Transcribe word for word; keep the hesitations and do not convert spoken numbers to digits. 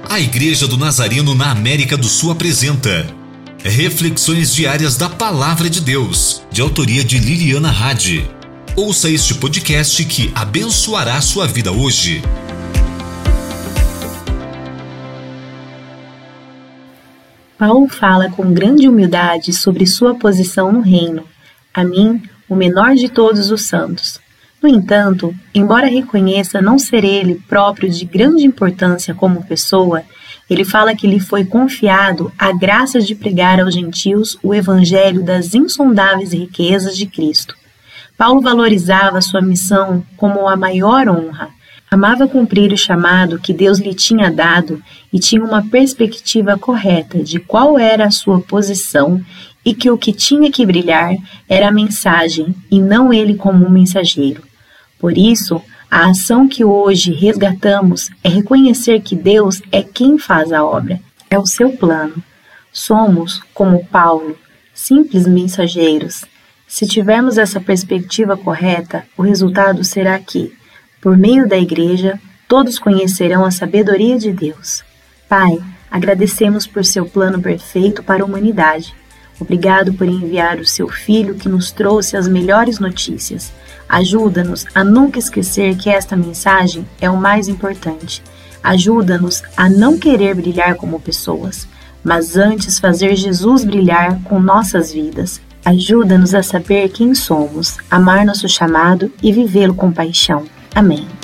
A Igreja do Nazareno na América do Sul apresenta Reflexões Diárias da Palavra de Deus, de autoria de Liliana Hadi. Ouça este podcast que abençoará a sua vida hoje. Paulo fala com grande humildade sobre sua posição no reino, a mim, o menor de todos os santos. No entanto, embora reconheça não ser ele próprio de grande importância como pessoa, ele fala que lhe foi confiado a graça de pregar aos gentios o evangelho das insondáveis riquezas de Cristo. Paulo valorizava sua missão como a maior honra, amava cumprir o chamado que Deus lhe tinha dado e tinha uma perspectiva correta de qual era a sua posição e que o que tinha que brilhar era a mensagem e não ele como um mensageiro. Por isso, a ação que hoje resgatamos é reconhecer que Deus é quem faz a obra, é o seu plano. Somos, como Paulo, simples mensageiros. Se tivermos essa perspectiva correta, o resultado será que, por meio da Igreja, todos conhecerão a sabedoria de Deus. Pai, agradecemos por seu plano perfeito para a humanidade. Obrigado por enviar o seu Filho que nos trouxe as melhores notícias. Ajuda-nos a nunca esquecer que esta mensagem é o mais importante. Ajuda-nos a não querer brilhar como pessoas, mas antes fazer Jesus brilhar com nossas vidas. Ajuda-nos a saber quem somos, amar nosso chamado e vivê-lo com paixão. Amém.